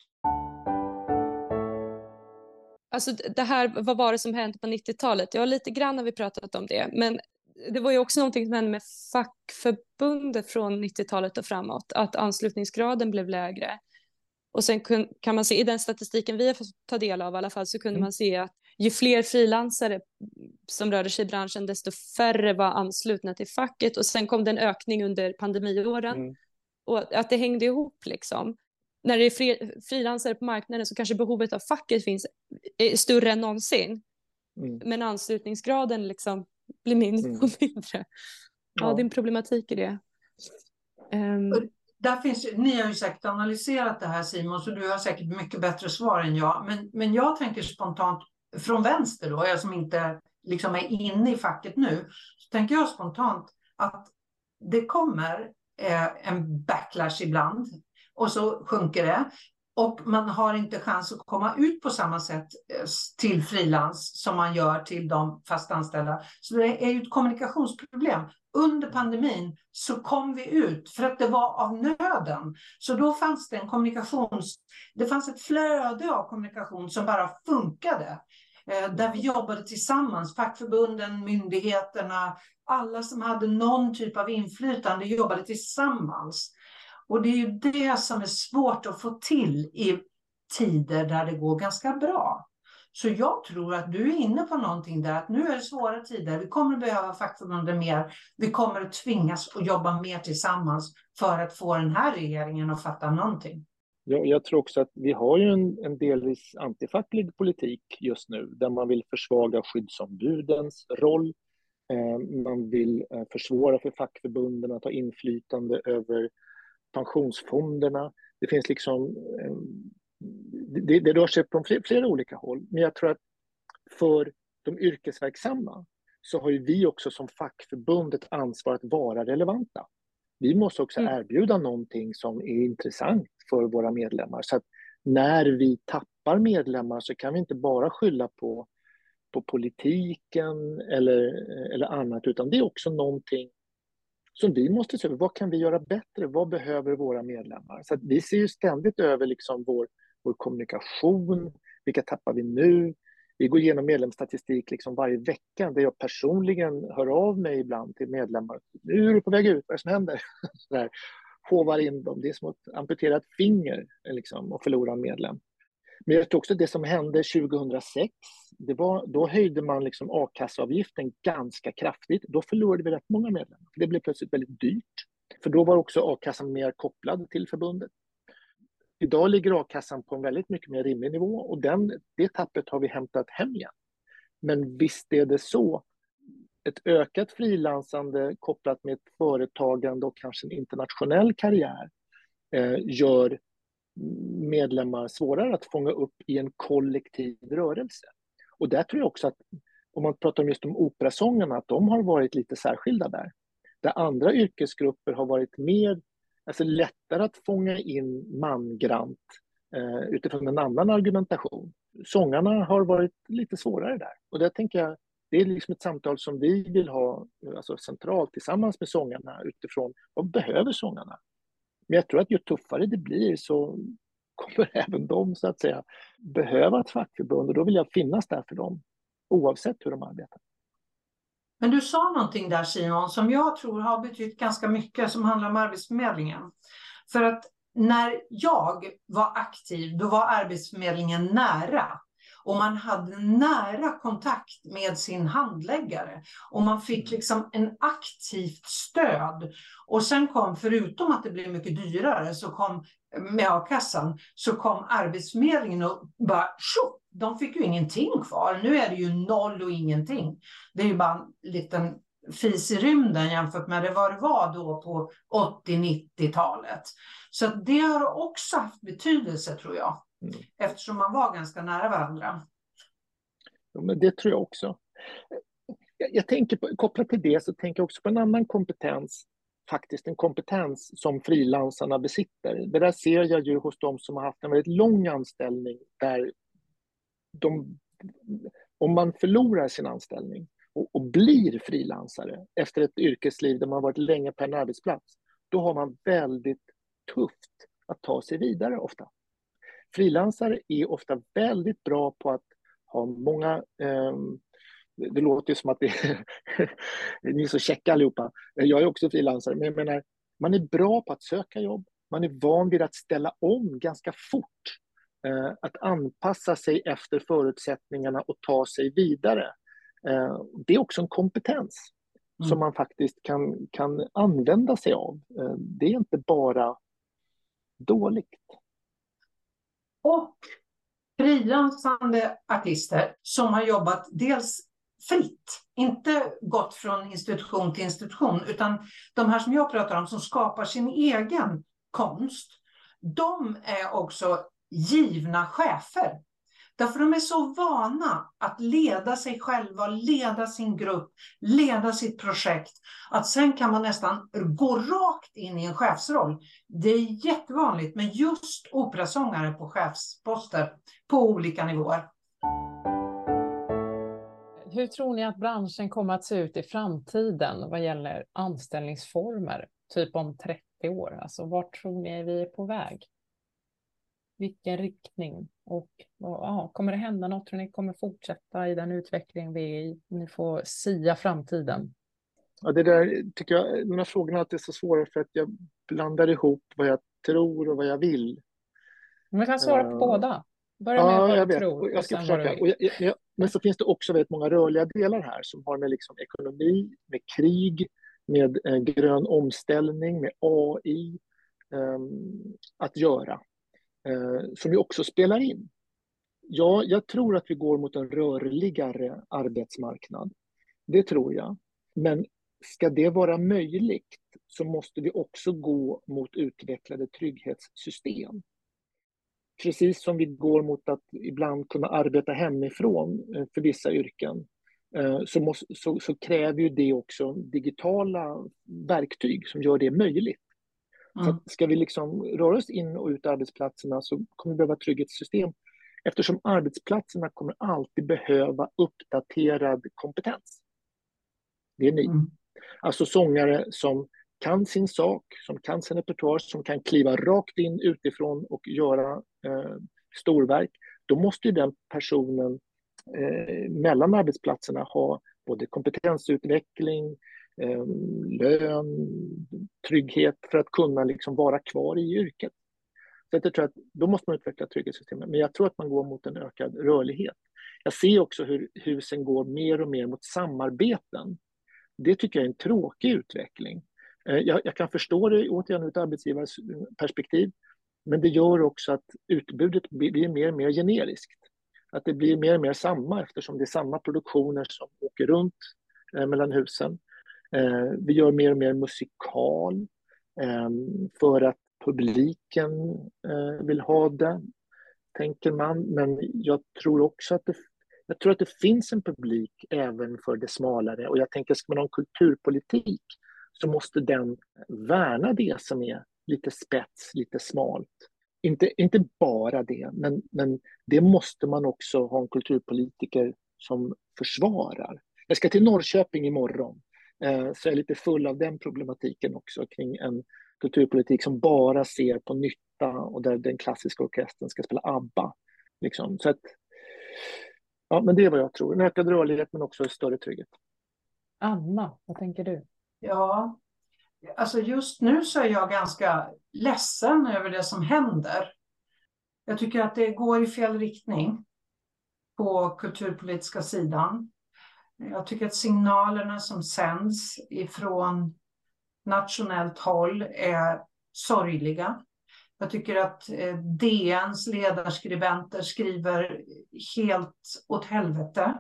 Alltså det här, vad var det som hände på 90-talet? Ja, lite grann har vi pratat om det, men det var ju också någonting som hände med fackförbundet från 90-talet och framåt, att anslutningsgraden blev lägre. Och sen kan man se, i den statistiken vi har fått ta del av i alla fall, så kunde man se att ju fler frilansare som rörde sig i branschen, desto färre var anslutna till facket. Och sen kom det en ökning under pandemiåren. Och att det hängde ihop liksom. När det är frilansare på marknaden så kanske behovet av facket är större än någonsin. Men anslutningsgraden liksom blir mindre och mindre. Ja, det är en problematik i det. Där finns, ni har ju säkert analyserat det här, Simon, så du har säkert mycket bättre svar än jag. Men jag tänker spontant från vänster då, jag som inte liksom är inne i facket nu, så tänker jag spontant att det kommer en backlash ibland och så sjunker det. Och man har inte chans att komma ut på samma sätt till frilans som man gör till de fastanställda. Så det är ju ett kommunikationsproblem. Under pandemin så kom vi ut för att det var av nöden. Så då fanns det det fanns ett flöde av kommunikation som bara funkade. Där vi jobbade tillsammans, fackförbunden, myndigheterna, alla som hade någon typ av inflytande jobbade tillsammans. Och det är ju det som är svårt att få till i tider där det går ganska bra. Så jag tror att du är inne på någonting där, att nu är det svåra tider, vi kommer att behöva fackförbunden mer, vi kommer att tvingas att jobba mer tillsammans för att få den här regeringen att fatta någonting. Jag tror också att vi har ju en delvis antifacklig politik just nu, där man vill försvaga skyddsombudens roll. Man vill försvåra för fackförbunden att ha inflytande över pensionsfonderna. Det finns liksom, det rör sig på flera olika håll. Men jag tror att för de yrkesverksamma så har ju vi också som fackförbund ett ansvar att vara relevanta. Vi måste också erbjuda någonting som är intressant för våra medlemmar. Så att när vi tappar medlemmar så kan vi inte bara skylla på politiken eller annat, utan det är också någonting som vi måste se över. Vad kan vi göra bättre? Vad behöver våra medlemmar? Så att vi ser ju ständigt över liksom vår kommunikation. Vilka tappar vi nu? Vi går igenom medlemsstatistik liksom varje vecka, där jag personligen hör av mig ibland till medlemmar. Nu är du på väg ut, vad är det som händer? Så där, hovar in dem. Det är som att amputera ett finger liksom, och förlora en medlem. Men jag tror också det som hände 2006, då höjde man liksom a-kasseavgiften ganska kraftigt. Då förlorade vi rätt många medlemmar. Det blev plötsligt väldigt dyrt. För då var också a-kassan mer kopplad till förbundet. Idag ligger a-kassan på en väldigt mycket mer rimlig nivå och det tappet har vi hämtat hem igen. Men visst är det så. Ett ökat frilansande kopplat med ett företagande och kanske en internationell karriär gör medlemmar svårare att fånga upp i en kollektiv rörelse. Och där tror jag också att, om man pratar om just om operasångarna, att de har varit lite särskilda där. Där andra yrkesgrupper har varit mer, alltså lättare att fånga in mangrant utifrån en annan argumentation. Sångarna har varit lite svårare där. Och där tänker jag, det är liksom ett samtal som vi vill ha alltså centralt tillsammans med sångarna utifrån vad behöver sångarna. Men jag tror att ju tuffare det blir så kommer även de så att säga behöva ett fackförbund och då vill jag finnas där för dem oavsett hur de arbetar. Men du sa någonting där Simon som jag tror har betytt ganska mycket som handlar om Arbetsförmedlingen. För att när jag var aktiv då var Arbetsförmedlingen nära. Och man hade nära kontakt med sin handläggare. Och man fick liksom en aktivt stöd. Och sen kom, förutom att det blev mycket dyrare, så kom med a-kassan, så kom Arbetsförmedlingen och bara tjo, de fick ju ingenting kvar. Nu är det ju noll och ingenting. Det är ju bara en liten fis i rymden jämfört med vad det var då på 80-90-talet. Så det har också haft betydelse tror jag. Eftersom man var ganska nära varandra. Ja, men det tror jag också. Jag tänker på, kopplat till det så tänker jag också på en annan kompetens. Faktiskt en kompetens som frilansarna besitter. Det där ser jag ju hos de som har haft en väldigt lång anställning. Där om man förlorar sin anställning och blir frilansare efter ett yrkesliv där man har varit länge på en arbetsplats. Då har man väldigt tufft att ta sig vidare ofta. Frilansare är ofta väldigt bra på att ha många, det låter ju som att ni är så checka allihopa, jag är också frilansare, men jag menar, man är bra på att söka jobb, man är van vid att ställa om ganska fort, att anpassa sig efter förutsättningarna och ta sig vidare. Det är också en kompetens som man faktiskt kan använda sig av. Det är inte bara dåligt. Och frilansande artister som har jobbat dels fritt, inte gått från institution till institution, utan de här som jag pratar om som skapar sin egen konst, de är också givna chefer. Därför de är så vana att leda sig själva, leda sin grupp, leda sitt projekt. Att sen kan man nästan gå rakt in i en chefsroll. Det är jättevanligt med just operasångare på chefsposter på olika nivåer. Hur tror ni att branschen kommer att se ut i framtiden vad gäller anställningsformer? Typ om 30 år. Alltså vart tror ni vi är på väg? Vilken riktning? Och kommer det hända något? Tror ni kommer fortsätta i den utveckling vi är i? Ni får sia framtiden. Ja, det där tycker jag, de här frågorna alltid är så svåra för att jag blandar ihop vad jag tror och vad jag vill. Man kan svara på båda. Börja med vad du tror jag och ska sen vad försöka. du vill. Men så finns det också väldigt många rörliga delar här som har med liksom ekonomi, med krig, med grön omställning, med AI att göra. Som ju också spelar in. Ja, jag tror att vi går mot en rörligare arbetsmarknad. Det tror jag. Men ska det vara möjligt så måste vi också gå mot utvecklade trygghetssystem. Precis som vi går mot att ibland kunna arbeta hemifrån för vissa yrken så kräver ju det också digitala verktyg som gör det möjligt. Så att ska vi liksom röra oss in och ut arbetsplatserna så kommer vi behöva trygghetssystem eftersom arbetsplatserna kommer alltid behöva uppdaterad kompetens. Det är ny. Alltså sångare som kan sin sak, som kan sin repertoar, som kan kliva rakt in utifrån och göra storverk. Då måste ju den personen mellan arbetsplatserna ha både kompetensutveckling, lön, trygghet för att kunna liksom vara kvar i yrket. Så att jag tror att då måste man utveckla trygghetssystemet. Men jag tror att man går mot en ökad rörlighet. Jag ser också hur husen går mer och mer mot samarbeten. Det tycker jag är en tråkig utveckling. Jag kan förstå det återigen ur ett arbetsgivarperspektiv, men det gör också att utbudet blir mer och mer generiskt. Att det blir mer och mer samma eftersom det är samma produktioner som åker runt mellan husen. Vi gör mer och mer musikal för att publiken vill ha det, tänker man. Men jag tror också att det finns en publik även för det smalare. Och jag tänker, ska man ha en kulturpolitik så måste den värna det som är lite spets, lite smalt. Inte bara det, men det måste man också ha en kulturpolitiker som försvarar. Jag ska till Norrköping imorgon, så jag är lite full av den problematiken också kring en kulturpolitik som bara ser på nytta och där den klassiska orkestern ska spela ABBA. Liksom. Så att, ja, men det är vad jag tror. En ökad rörlighet men också en större trygghet. Anna, vad tänker du? Ja, alltså just nu så är jag ganska ledsen över det som händer. Jag tycker att det går i fel riktning på kulturpolitiska sidan. Jag tycker att signalerna som sänds ifrån nationellt håll är sorgliga. Jag tycker att DNs ledarskribenter skriver helt åt helvete.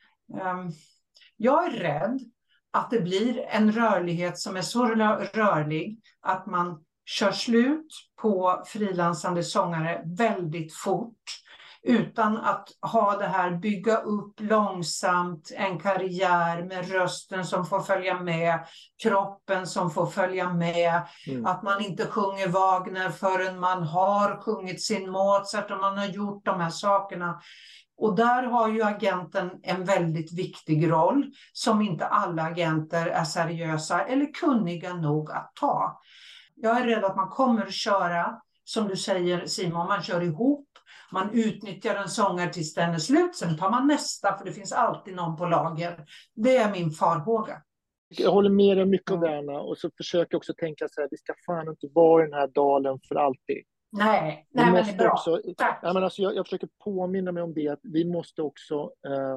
Jag är rädd att det blir en rörlighet som är så rörlig att man kör slut på frilansande sångare väldigt fort utan att ha det här bygga upp långsamt en karriär med rösten som får följa med, kroppen som får följa med, att man inte sjunger Wagner förrän man har sjungit sin Mozart och man har gjort de här sakerna. Och där har ju agenten en väldigt viktig roll som inte alla agenter är seriösa eller kunniga nog att ta. Jag är rädd att man kommer att köra, som du säger Simon, man kör ihop, man utnyttjar en sångare tills den är slut, sen tar man nästa för det finns alltid någon på lager. Det är min farhåga. Jag håller med dig mycket av det, Anna, och så försöker jag också tänka så här, vi ska fan inte vara i den här dalen för alltid. Nej men det är bra. Också, jag försöker påminna mig om det, att vi måste också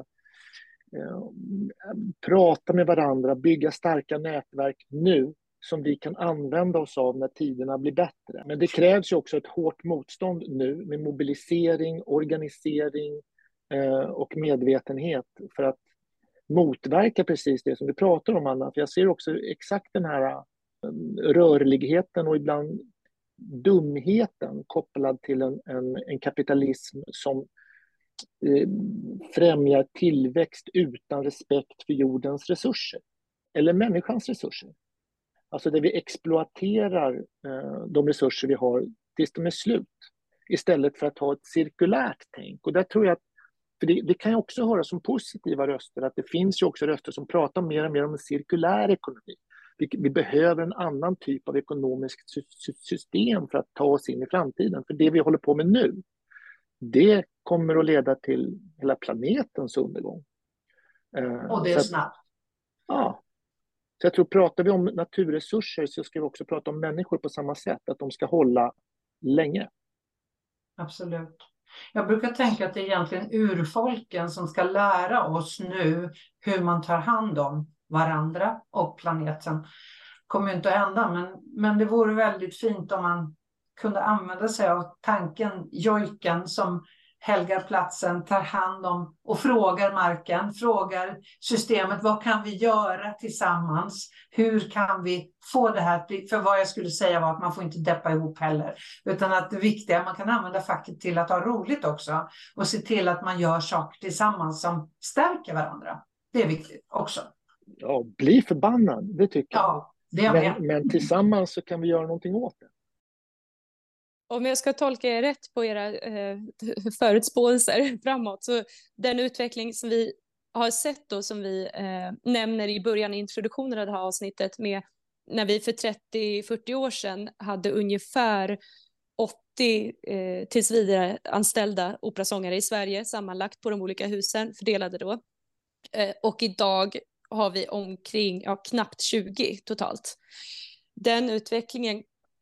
prata med varandra, bygga starka nätverk nu som vi kan använda oss av när tiderna blir bättre. Men det krävs ju också ett hårt motstånd nu med mobilisering, organisering och medvetenhet för att motverka precis det som du pratar om, Anna. För jag ser också exakt den här rörligheten och ibland dumheten kopplad till en kapitalism som främjar tillväxt utan respekt för jordens resurser eller människans resurser. Alltså där vi exploaterar de resurser vi har tills de är slut istället för att ha ett cirkulärt tänk. Och där tror jag att, för det kan jag också höra som positiva röster, att det finns ju också röster som pratar mer och mer om en cirkulär ekonomi. Vi behöver en annan typ av ekonomiskt system för att ta oss in i framtiden. För det vi håller på med nu, det kommer att leda till hela planetens undergång. Och det är snabbt. Ja. Så jag tror, pratar vi om naturresurser så ska vi också prata om människor på samma sätt, att de ska hålla länge. Absolut. Jag brukar tänka att det är egentligen urfolken som ska lära oss nu hur man tar hand om varandra och planeten. Kommer ju inte att hända, men det vore väldigt fint om man kunde använda sig av tanken jojken som helgar platsen, tar hand om och frågar marken, frågar systemet, vad kan vi göra tillsammans? Hur kan vi få det här? För vad jag skulle säga var att man får inte deppa ihop heller, utan att det viktiga är att man kan använda facket till att ha roligt också och se till att man gör saker tillsammans som stärker varandra. Det är viktigt också. Ja, bli förbannad, det tycker jag. Ja, det är men tillsammans så kan vi göra någonting åt det. Om jag ska tolka er rätt på era förutspåelser framåt, så den utveckling som vi har sett då, som vi nämner i början i introduktionen av det här avsnittet, med när vi för 30-40 år sedan hade ungefär 80 tills vidare anställda operasångare i Sverige sammanlagt på de olika husen, fördelade då. Och idag har vi omkring knappt 20 totalt. Den utvecklingen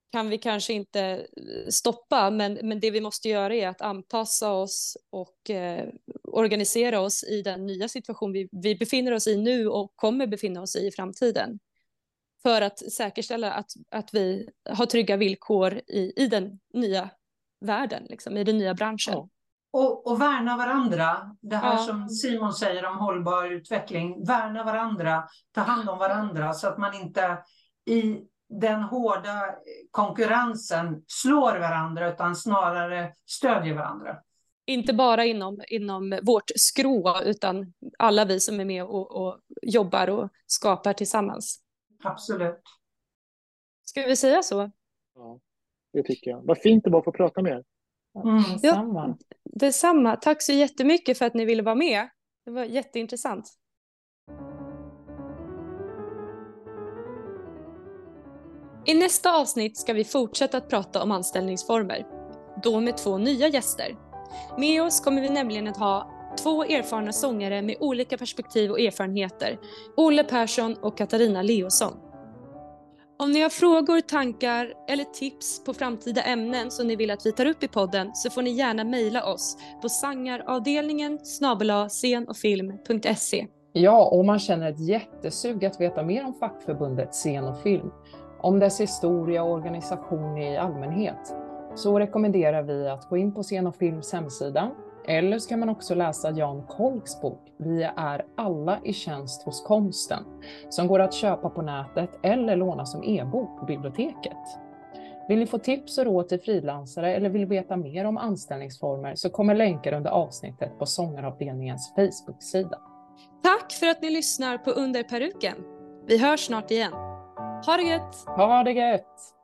kan vi kanske inte stoppa, men det vi måste göra är att anpassa oss och organisera oss i den nya situation vi befinner oss i nu och kommer befinna oss i framtiden. För att säkerställa att vi har trygga villkor i den nya världen, liksom, i den nya branschen. Ja. Och värna varandra. Det här som Simon säger om hållbar utveckling. Värna varandra, ta hand om varandra så att man inte i den hårda konkurrensen slår varandra utan snarare stödjer varandra. Inte bara inom vårt skrå utan alla vi som är med och jobbar och skapar tillsammans. Absolut. Ska vi säga så? Ja, det tycker jag. Vad fint det var att få prata med er. Detsamma. Detsamma. Tack så jättemycket för att ni ville vara med. Det var jätteintressant. I nästa avsnitt ska vi fortsätta att prata om anställningsformer. Då med 2 nya gäster. Med oss kommer vi nämligen att ha 2 erfarna sångare med olika perspektiv och erfarenheter. Olle Persson och Katarina Leosson. Om ni har frågor, tankar eller tips på framtida ämnen som ni vill att vi tar upp i podden så får ni gärna mejla oss på sangaravdelningen@scenochfilm.se. Ja, och man känner ett jättesug att veta mer om fackförbundet Scen och Film, om dess historia och organisation i allmänhet, så rekommenderar vi att gå in på Scen och Films hemsida, eller så kan man också läsa Jan Kolks bok Vi är alla i tjänst hos konsten, som går att köpa på nätet eller låna som e-bok på biblioteket. Vill ni få tips och råd till frilansare eller vill veta mer om anställningsformer så kommer länkar under avsnittet på Sångaravdelningens Facebook-sida. Tack för att ni lyssnar på Under peruken. Vi hörs snart igen. Ha det gött! Ha det gött!